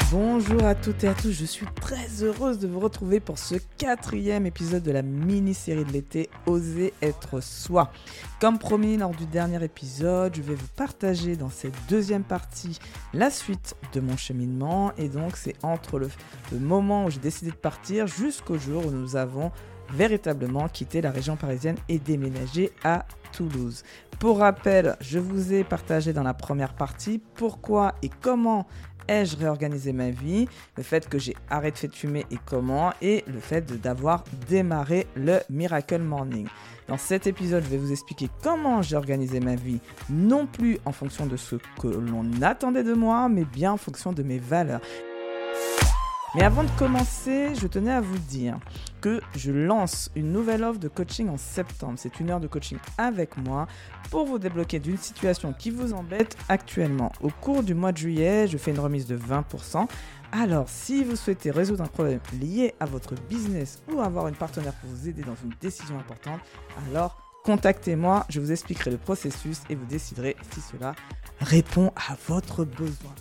Bonjour à toutes et à tous, je suis très heureuse de vous retrouver pour ce 4e épisode de la mini-série de l'été Oser être soi. Comme promis lors du dernier épisode, je vais vous partager dans cette deuxième partie la suite de mon cheminement, et donc c'est entre le moment où j'ai décidé de partir jusqu'au jour où nous avons véritablement quitté la région parisienne et déménagé à Toulouse. Pour rappel, je vous ai partagé dans la première partie pourquoi et comment ai-je réorganisé ma vie, le fait que j'ai arrêté de fumer et comment, et le fait d'avoir démarré le Miracle Morning. Dans cet épisode, je vais vous expliquer comment j'ai organisé ma vie, non plus en fonction de ce que l'on attendait de moi, mais bien en fonction de mes valeurs. Mais avant de commencer, je tenais à vous dire que je lance une nouvelle offre de coaching en septembre. C'est 1 heure de coaching avec moi pour vous débloquer d'une situation qui vous embête actuellement. Au cours du mois de juillet, je fais une remise de 20%. Alors, si vous souhaitez résoudre un problème lié à votre business ou avoir une partenaire pour vous aider dans une décision importante, alors contactez-moi, je vous expliquerai le processus et vous déciderez si cela répond à votre besoin.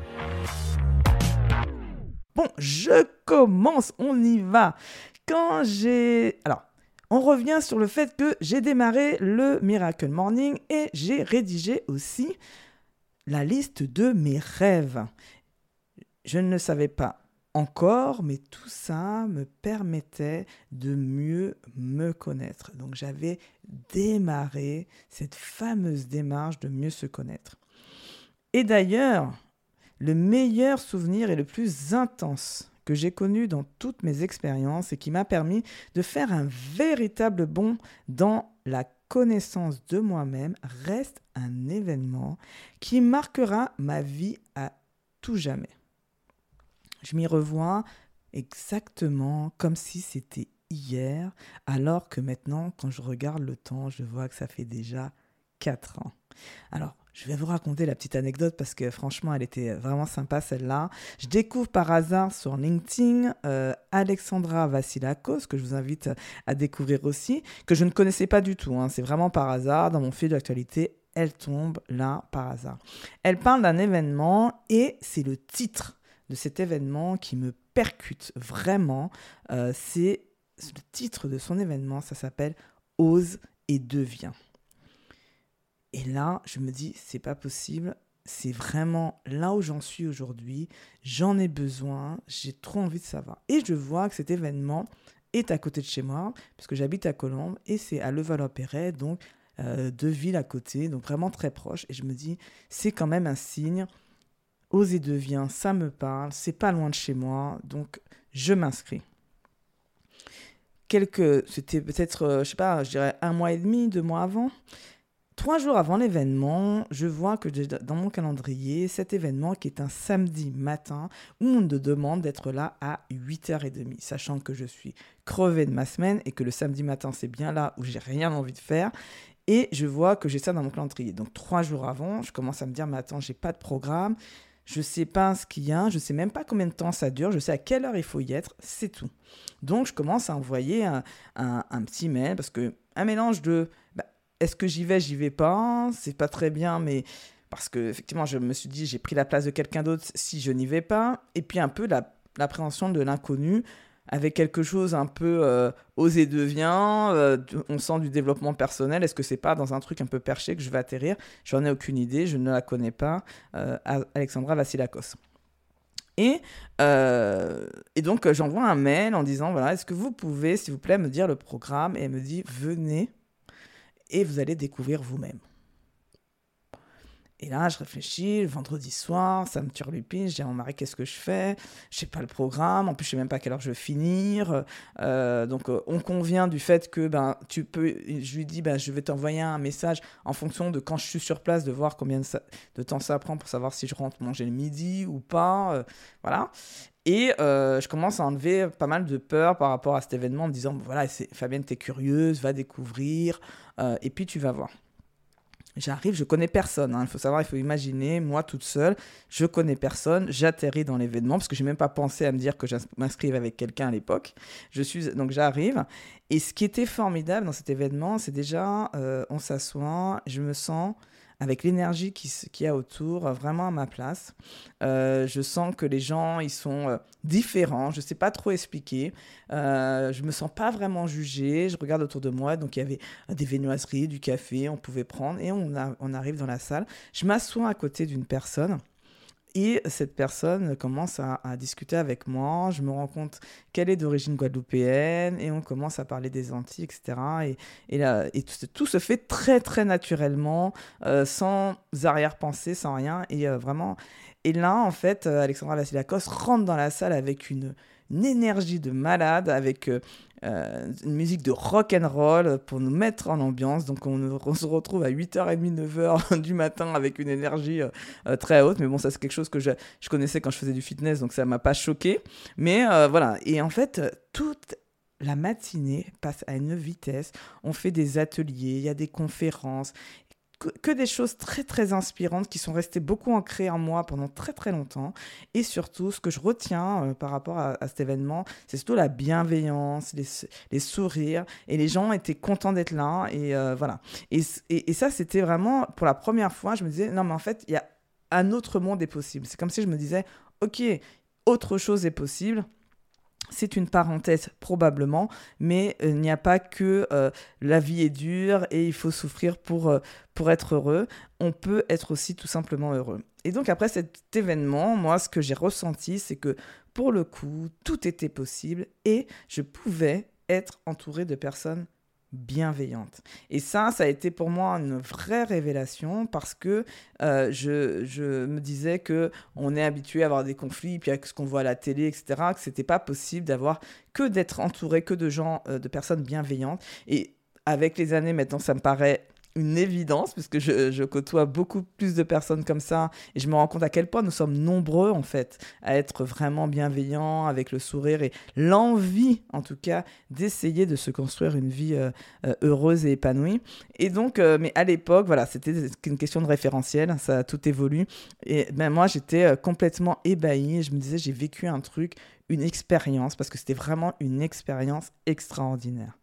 Bon, je commence, on y va. Alors, on revient sur le fait que j'ai démarré le Miracle Morning et j'ai rédigé aussi la liste de mes rêves. Je ne le savais pas encore, mais tout ça me permettait de mieux me connaître. Donc, j'avais démarré cette fameuse démarche de mieux se connaître. Et d'ailleurs, le meilleur souvenir et le plus intense que j'ai connu dans toutes mes expériences et qui m'a permis de faire un véritable bond dans la connaissance de moi-même reste un événement qui marquera ma vie à tout jamais. Je m'y revois exactement comme si c'était hier, alors que maintenant, quand je regarde le temps, je vois que ça fait déjà 4 ans. Alors, je vais vous raconter la petite anecdote parce que franchement, elle était vraiment sympa celle-là. Je découvre par hasard sur LinkedIn Alexandra Vassilakos, que je vous invite à découvrir aussi, que je ne connaissais pas du tout. C'est vraiment par hasard. Dans mon fil d'actualité, elle tombe là par hasard. Elle parle d'un événement et c'est le titre de cet événement qui me percute vraiment. C'est le titre de son événement, ça s'appelle « Ose et deviens ». Et là, je me dis, c'est pas possible, c'est vraiment là où j'en suis aujourd'hui, j'en ai besoin, j'ai trop envie de savoir. Et je vois que cet événement est à côté de chez moi, parce que j'habite à Colombes, et c'est à Levallois-Perret, donc 2 villes à côté, donc vraiment très proche. Et je me dis, c'est quand même un signe, Ose et deviens, ça me parle, c'est pas loin de chez moi, donc je m'inscris. C'était peut-être, je dirais 1 mois et demi, 2 mois avant. 3 jours avant l'événement, je vois que dans mon calendrier, cet événement qui est un samedi matin où on me demande d'être là à 8h30, sachant que je suis crevée de ma semaine et que le samedi matin, c'est bien là où j'ai rien envie de faire. Et je vois que j'ai ça dans mon calendrier. Donc 3 jours avant, je commence à me dire, mais attends, j'ai pas de programme, je sais pas ce qu'il y a, je sais même pas combien de temps ça dure, je sais à quelle heure il faut y être, c'est tout. Donc je commence à envoyer un petit mail parce que un mélange de... est-ce que j'y vais pas? C'est pas très bien, mais parce que effectivement, je me suis dit, j'ai pris la place de quelqu'un d'autre si je n'y vais pas. Et puis un peu l'appréhension de l'inconnu, avec quelque chose un peu osé devient, on sent du développement personnel. Est-ce que c'est pas dans un truc un peu perché que je vais atterrir? J'en ai aucune idée, je ne la connais pas. Alexandra Vassilakos. Et donc, j'envoie un mail en disant, voilà, est-ce que vous pouvez, s'il vous plaît, me dire le programme? Et elle me dit, venez. Et vous allez découvrir vous-même. Et là, je réfléchis, le vendredi soir, ça me turlupine, je dis à mon mari, qu'est-ce que je fais? Je sais pas le programme, en plus, je sais même pas à quelle heure je vais finir. Donc, on convient du fait que, je lui dis, je vais t'envoyer un message en fonction de quand je suis sur place, de voir combien de temps ça prend pour savoir si je rentre manger le midi ou pas. Voilà. Et je commence à enlever pas mal de peur par rapport à cet événement en me disant, voilà, Fabienne, t'es curieuse, va découvrir, et puis tu vas voir. J'arrive, je connais personne. Il faut savoir, il faut imaginer, moi toute seule, je connais personne, j'atterris dans l'événement parce que j'ai même pas pensé à me dire que je m'inscrive avec quelqu'un à l'époque. Donc j'arrive. Et ce qui était formidable dans cet événement, c'est déjà, on s'assoit, je me sens avec l'énergie qu'il y a autour, vraiment à ma place. Je sens que les gens, ils sont différents, je ne sais pas trop expliquer. Je ne me sens pas vraiment jugée, je regarde autour de moi, donc il y avait des viennoiseries, du café, on pouvait prendre, et on arrive dans la salle. Je m'assois à côté d'une personne. Et cette personne commence à discuter avec moi. Je me rends compte qu'elle est d'origine guadeloupéenne et on commence à parler des Antilles, etc. Et tout se fait très, très naturellement, sans arrière-pensée, sans rien. Et vraiment. Et là, en fait, Alexandra Vasilakos rentre dans la salle avec une énergie de malade, avec une musique de rock and roll pour nous mettre en ambiance. Donc on se retrouve à 8h30, 9h du matin avec une énergie très haute. Mais bon, ça c'est quelque chose que je connaissais quand je faisais du fitness, donc ça m'a pas choqué. Mais voilà. Et en fait, toute la matinée passe à une vitesse. On fait des ateliers, il y a des conférences. Que des choses très très inspirantes qui sont restées beaucoup ancrées en moi pendant très très longtemps. Et surtout, ce que je retiens par rapport à cet événement, c'est surtout la bienveillance, les sourires. Et les gens étaient contents d'être là. Et voilà. Et ça, c'était vraiment, pour la première fois, je me disais, non mais en fait, il y a un autre monde est possible. C'est comme si je me disais, ok, autre chose est possible. C'est une parenthèse probablement, mais il n'y a pas que la vie est dure et il faut souffrir pour être heureux. On peut être aussi tout simplement heureux. Et donc après cet événement, moi ce que j'ai ressenti, c'est que pour le coup, tout était possible et je pouvais être entourée de personnes bienveillante. Et ça a été pour moi une vraie révélation parce que je me disais qu'on est habitué à avoir des conflits, puis avec ce qu'on voit à la télé, etc., que c'était pas possible d'être entouré que de gens, de personnes bienveillantes. Et avec les années, maintenant, ça me paraît une évidence, puisque je côtoie beaucoup plus de personnes comme ça, et je me rends compte à quel point nous sommes nombreux, en fait, à être vraiment bienveillants, avec le sourire et l'envie, en tout cas, d'essayer de se construire une vie heureuse et épanouie. Et donc, mais à l'époque, voilà, c'était une question de référentiel, ça a tout évolue. Et ben, moi, j'étais complètement ébahie, et je me disais, j'ai vécu un truc, une expérience, parce que c'était vraiment une expérience extraordinaire.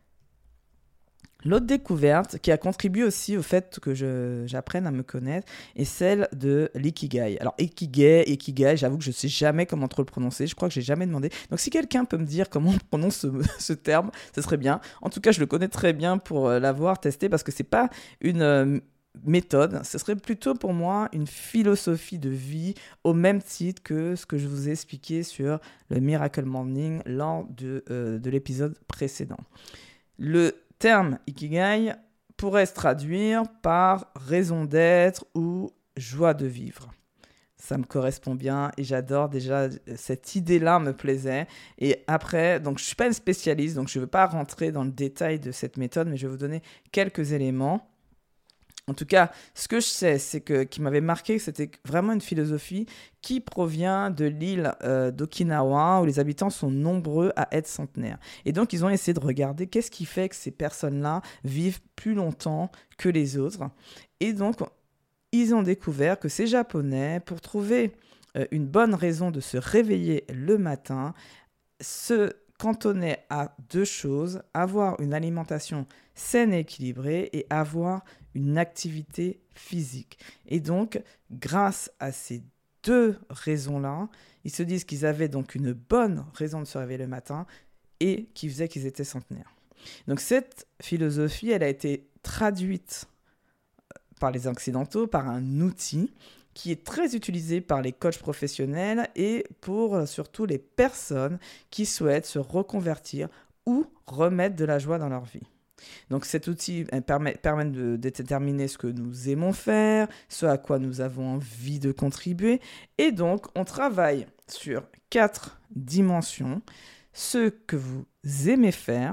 L'autre découverte qui a contribué aussi au fait que j'apprenne à me connaître est celle de l'ikigai. Alors ikigai, j'avoue que je ne sais jamais comment trop le prononcer, je crois que je n'ai jamais demandé. Donc si quelqu'un peut me dire comment on prononce ce terme, ce serait bien. En tout cas, je le connais très bien pour l'avoir testé parce que ce n'est pas une méthode, ce serait plutôt pour moi une philosophie de vie au même titre que ce que je vous ai expliqué sur le Miracle Morning lors de l'épisode précédent. Le terme ikigai pourrait se traduire par raison d'être ou joie de vivre. Ça me correspond bien et j'adore déjà, cette idée-là me plaisait. Et après, donc je ne suis pas une spécialiste, donc je ne veux pas rentrer dans le détail de cette méthode, mais je vais vous donner quelques éléments. En tout cas, ce que je sais, c'est qui m'avait marqué, c'était vraiment une philosophie qui provient de l'île d'Okinawa, où les habitants sont nombreux à être centenaires. Et donc, ils ont essayé de regarder qu'est-ce qui fait que ces personnes-là vivent plus longtemps que les autres. Et donc, ils ont découvert que ces Japonais, pour trouver une bonne raison de se réveiller le matin, se cantonnaient à deux choses: avoir une alimentation saine et équilibrée et avoir une activité physique. Et donc, grâce à ces deux raisons-là, ils se disent qu'ils avaient donc une bonne raison de se réveiller le matin et qui faisait qu'ils étaient centenaires. Donc cette philosophie, elle a été traduite par les Occidentaux par un outil qui est très utilisé par les coachs professionnels et pour surtout les personnes qui souhaitent se reconvertir ou remettre de la joie dans leur vie. Donc cet outil permet de déterminer ce que nous aimons faire, ce à quoi nous avons envie de contribuer. Et donc on travaille sur 4 dimensions: ce que vous aimez faire.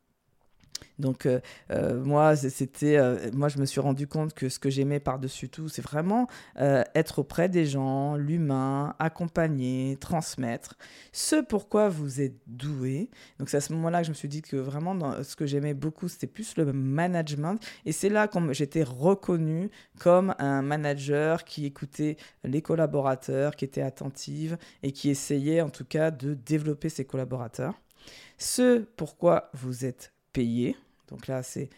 Donc moi, je me suis rendu compte que ce que j'aimais par-dessus tout, c'est vraiment être auprès des gens, l'humain, accompagner, transmettre. Ce pourquoi vous êtes doué. Donc c'est à ce moment-là que je me suis dit que vraiment, ce que j'aimais beaucoup, c'était plus le management. Et c'est là que j'étais reconnue comme un manager qui écoutait les collaborateurs, qui était attentive et qui essayait en tout cas de développer ses collaborateurs. Ce pourquoi vous êtes payé. Donc là, c'est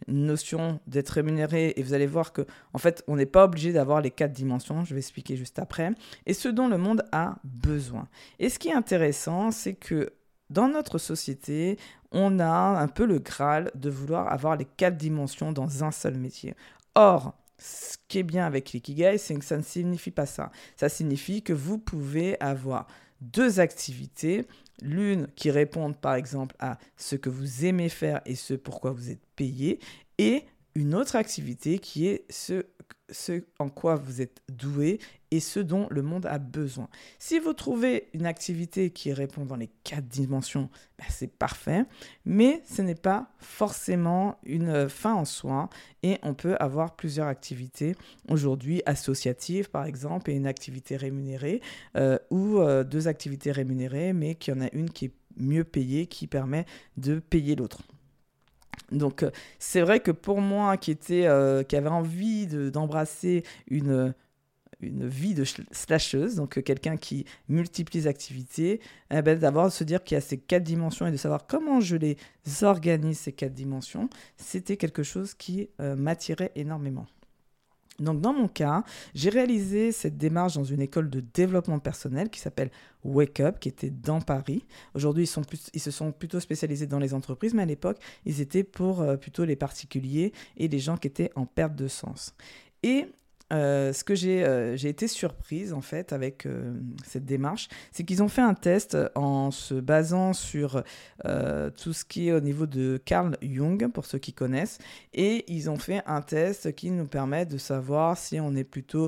une notion d'être rémunéré, et vous allez voir que en fait, on n'est pas obligé d'avoir les 4 dimensions, je vais expliquer juste après, et ce dont le monde a besoin. Et ce qui est intéressant, c'est que dans notre société, on a un peu le Graal de vouloir avoir les 4 dimensions dans un seul métier. Or, ce qui est bien avec l'ikigai, c'est que ça ne signifie pas ça. Ça signifie que vous pouvez avoir 2 activités, l'une qui répond par exemple à ce que vous aimez faire et ce pourquoi vous êtes payé, et une autre activité qui est ce en quoi vous êtes doué et ce dont le monde a besoin. Si vous trouvez une activité qui répond dans les 4 dimensions, c'est parfait, mais ce n'est pas forcément une fin en soi et on peut avoir plusieurs activités aujourd'hui associatives par exemple et une activité rémunérée ou 2 activités rémunérées mais qu'il y en a une qui est mieux payée qui permet de payer l'autre. Donc, c'est vrai que pour moi, qui avait envie d'embrasser une vie de slasheuse, donc quelqu'un qui multiplie les activités, d'abord de se dire qu'il y a ces 4 dimensions et de savoir comment je les organise, ces 4 dimensions, c'était quelque chose qui m'attirait énormément. Donc dans mon cas, j'ai réalisé cette démarche dans une école de développement personnel qui s'appelle Wake Up, qui était dans Paris. Aujourd'hui, ils se sont plutôt spécialisés dans les entreprises, mais à l'époque, ils étaient pour plutôt les particuliers et les gens qui étaient en perte de sens. Et ce que j'ai été surprise en fait avec cette démarche, c'est qu'ils ont fait un test en se basant sur tout ce qui est au niveau de Carl Jung, pour ceux qui connaissent, et ils ont fait un test qui nous permet de savoir si on est plutôt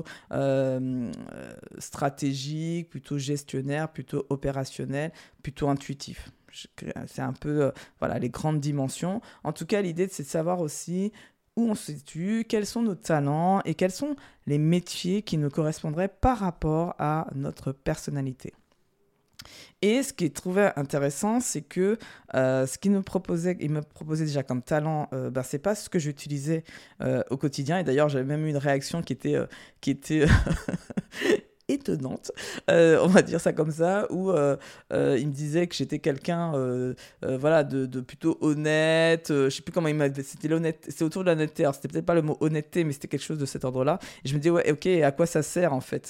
stratégique, plutôt gestionnaire, plutôt opérationnel, plutôt intuitif. C'est un peu les grandes dimensions. En tout cas, l'idée, c'est de savoir aussi où on se situe, quels sont nos talents et quels sont les métiers qui nous correspondraient par rapport à notre personnalité. Et ce qu'il trouvait intéressant, c'est que ce qu'il me proposait déjà comme talent, c'est pas ce que j'utilisais au quotidien. Et d'ailleurs, j'avais même eu une réaction qui était étonnante, on va dire ça comme ça, où il me disait que j'étais quelqu'un de plutôt honnête, je sais plus comment il m'a dit, c'est autour de l'honnêteté, alors c'était peut-être pas le mot honnêteté, mais c'était quelque chose de cet ordre-là, et je me dis ouais ok, à quoi ça sert en fait?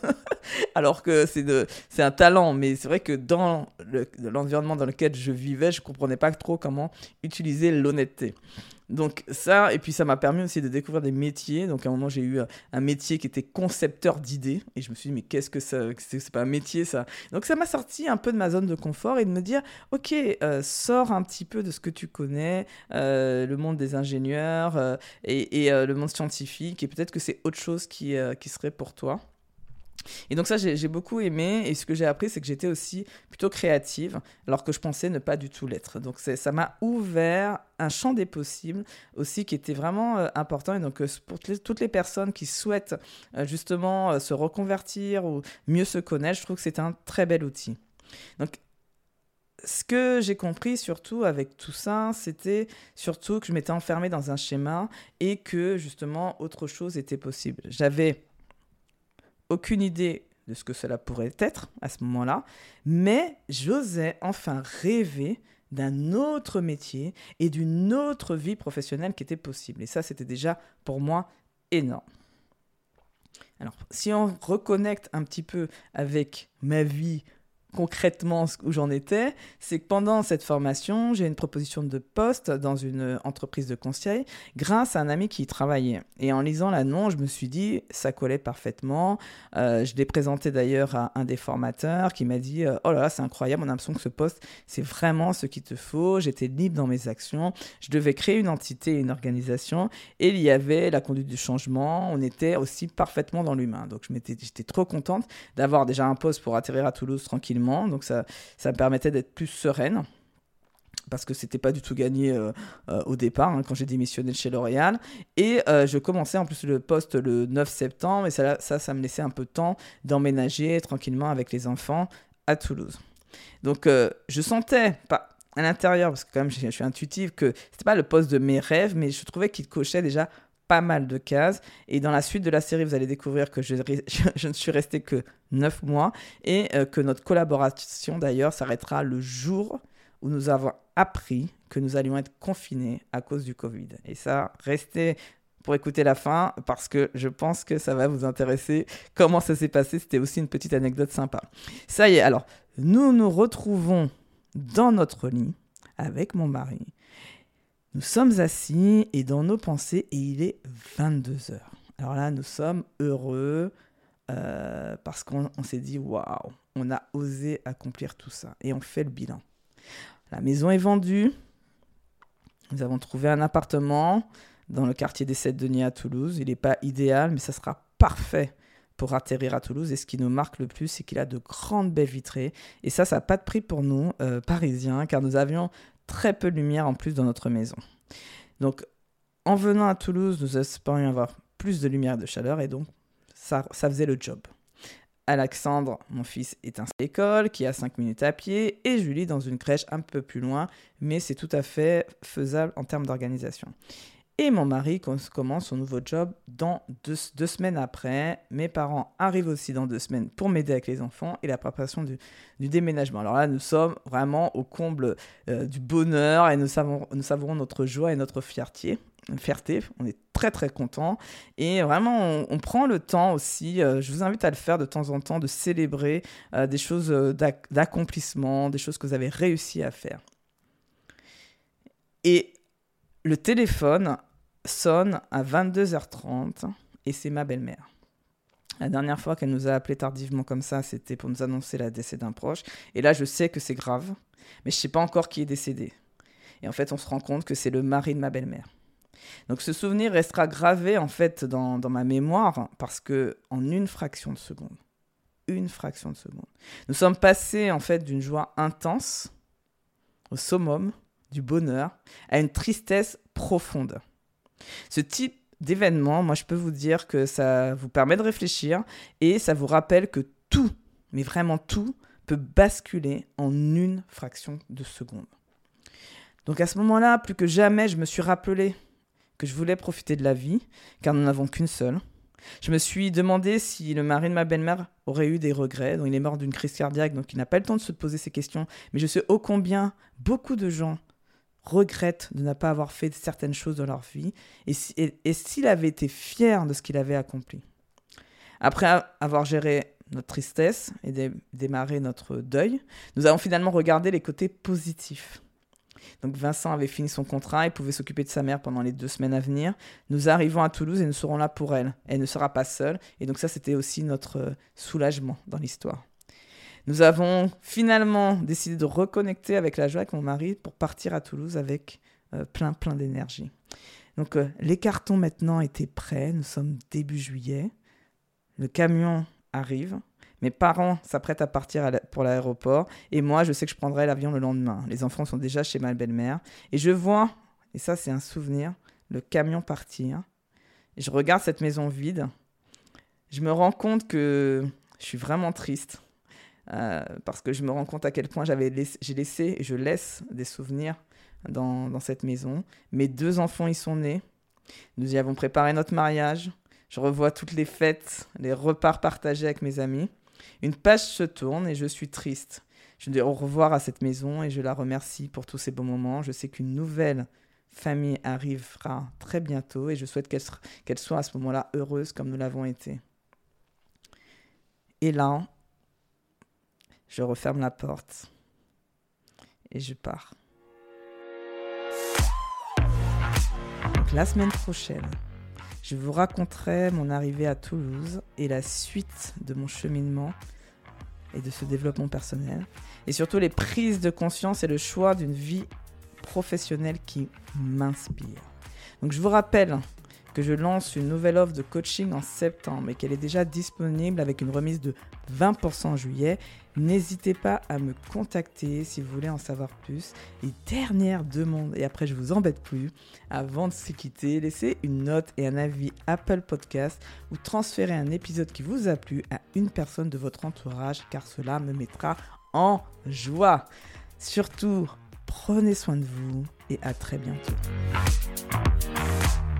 Alors que c'est un talent, mais c'est vrai que dans l'environnement dans lequel je vivais, je comprenais pas trop comment utiliser l'honnêteté. Donc ça, et puis ça m'a permis aussi de découvrir des métiers. Donc à un moment, j'ai eu un métier qui était concepteur d'idées. Et je me suis dit, mais qu'est-ce que ça, c'est pas un métier ça? Donc ça m'a sorti un peu de ma zone de confort et de me dire, ok, sors un petit peu de ce que tu connais, le monde des ingénieurs et le monde scientifique. Et peut-être que c'est autre chose qui serait pour toi. Et donc ça, j'ai beaucoup aimé, et ce que j'ai appris, c'est que j'étais aussi plutôt créative, alors que je pensais ne pas du tout l'être. Donc ça m'a ouvert un champ des possibles aussi qui était vraiment important. Et donc pour toutes les personnes qui souhaitent justement se reconvertir ou mieux se connaître, je trouve que c'est un très bel outil. Donc ce que j'ai compris surtout avec tout ça, c'était surtout que je m'étais enfermée dans un schéma et que justement autre chose était possible. J'avais aucune idée de ce que cela pourrait être à ce moment-là, mais j'osais enfin rêver d'un autre métier et d'une autre vie professionnelle qui était possible. Et ça, c'était déjà pour moi énorme. Alors, si on reconnecte un petit peu avec ma vie concrètement où j'en étais, c'est que pendant cette formation, j'ai une proposition de poste dans une entreprise de conseil grâce à un ami qui y travaillait. Et en lisant l'annonce, je me suis dit, ça collait parfaitement. Je l'ai présenté d'ailleurs à un des formateurs qui m'a dit, oh là là, c'est incroyable, on a l'impression que ce poste, c'est vraiment ce qu'il te faut. J'étais libre dans mes actions. Je devais créer une entité, une organisation, et il y avait la conduite du changement. On était aussi parfaitement dans l'humain. Donc j'étais trop contente d'avoir déjà un poste pour atterrir à Toulouse tranquillement. Donc ça me permettait d'être plus sereine parce que c'était pas du tout gagné au départ quand j'ai démissionné de chez L'Oréal, et je commençais en plus le poste le 9 septembre, et ça me laissait un peu de temps d'emménager tranquillement avec les enfants à Toulouse. Donc je sentais pas à l'intérieur, parce que quand même je suis intuitive, que c'était pas le poste de mes rêves, mais je trouvais qu'il cochait déjà pas mal de cases. Et dans la suite de la série, vous allez découvrir que je ne suis restée que 9 mois et que notre collaboration d'ailleurs s'arrêtera le jour où nous avons appris que nous allions être confinés à cause du Covid. Et ça, restez pour écouter la fin, parce que je pense que ça va vous intéresser. Comment ça s'est passé, c'était aussi une petite anecdote sympa. Ça y est, alors, nous nous retrouvons dans notre lit avec mon mari. Nous sommes assis et dans nos pensées, et il est 22h. Alors là, nous sommes heureux parce qu'on s'est dit, waouh, on a osé accomplir tout ça. Et on fait le bilan. La maison est vendue. Nous avons trouvé un appartement dans le quartier des 7-Denis à Toulouse. Il n'est pas idéal, mais ça sera parfait pour atterrir à Toulouse. Et ce qui nous marque le plus, c'est qu'il a de grandes baies vitrées. Et ça n'a pas de prix pour nous, Parisiens, car nous avions très peu de lumière en plus dans notre maison. Donc, en venant à Toulouse, nous espérions avoir plus de lumière et de chaleur, et donc ça faisait le job. Alexandre, mon fils, est à l'école, qui est à 5 minutes à pied, et Julie dans une crèche un peu plus loin, mais c'est tout à fait faisable en termes d'organisation. Et mon mari commence son nouveau job dans deux semaines après. Mes parents arrivent aussi dans 2 semaines pour m'aider avec les enfants et la préparation du déménagement. Alors là, nous sommes vraiment au comble du bonheur et nous savourons notre joie et notre fierté. On est très très contents et vraiment on prend le temps aussi, je vous invite à le faire de temps en temps, de célébrer des choses d'accomplissement, des choses que vous avez réussi à faire. Et le téléphone sonne à 22h30 et c'est ma belle-mère. La dernière fois qu'elle nous a appelés tardivement comme ça, c'était pour nous annoncer le décès d'un proche. Et là, je sais que c'est grave, mais je ne sais pas encore qui est décédé. Et en fait, on se rend compte que c'est le mari de ma belle-mère. Donc ce souvenir restera gravé en fait dans ma mémoire parce que en une fraction de seconde, nous sommes passés en fait d'une joie intense au summum du bonheur à une tristesse profonde. Ce type d'événement, moi je peux vous dire que ça vous permet de réfléchir et ça vous rappelle que tout, mais vraiment tout, peut basculer en une fraction de seconde. Donc à ce moment-là, plus que jamais, je me suis rappelé que je voulais profiter de la vie, car nous n'avons qu'une seule. Je me suis demandé si le mari de ma belle-mère aurait eu des regrets. Donc il est mort d'une crise cardiaque, donc il n'a pas le temps de se poser ces questions. Mais je sais ô combien beaucoup de gens regrettent de ne pas avoir fait certaines choses dans leur vie et s'il avait été fier de ce qu'il avait accompli. Après avoir géré notre tristesse et démarré notre deuil, nous avons finalement regardé les côtés positifs. Donc Vincent avait fini son contrat, il pouvait s'occuper de sa mère pendant les 2 semaines à venir. Nous arrivons à Toulouse et nous serons là pour elle. Elle ne sera pas seule. Et donc ça, c'était aussi notre soulagement dans l'histoire. Nous avons finalement décidé de reconnecter avec la joie avec mon mari pour partir à Toulouse avec plein d'énergie. Donc les cartons maintenant étaient prêts. Nous sommes début juillet. Le camion arrive. Mes parents s'apprêtent à partir pour l'aéroport. Et moi, je sais que je prendrai l'avion le lendemain. Les enfants sont déjà chez ma belle-mère. Et je vois, et ça c'est un souvenir, le camion partir. Et je regarde cette maison vide. Je me rends compte que je suis vraiment triste. Parce que je me rends compte à quel point j'ai laissé et je laisse des souvenirs dans cette maison. Mes 2 enfants y sont nés. Nous y avons préparé notre mariage. Je revois toutes les fêtes, les repas partagés avec mes amis. Une page se tourne et je suis triste. Je dis au revoir à cette maison et je la remercie pour tous ces beaux moments. Je sais qu'une nouvelle famille arrivera très bientôt et je souhaite qu'elle soit à ce moment-là heureuse comme nous l'avons été. Et là, je referme la porte et je pars. Donc, la semaine prochaine, je vous raconterai mon arrivée à Toulouse et la suite de mon cheminement et de ce développement personnel. Et surtout les prises de conscience et le choix d'une vie professionnelle qui m'inspire. Donc je vous rappelle que je lance une nouvelle offre de coaching en septembre et qu'elle est déjà disponible avec une remise de 20% en juillet. N'hésitez pas à me contacter si vous voulez en savoir plus. Et dernière demande, et après je vous embête plus, avant de se quitter, laissez une note et un avis Apple Podcast ou transférez un épisode qui vous a plu à une personne de votre entourage car cela me mettra en joie. Surtout, prenez soin de vous et à très bientôt.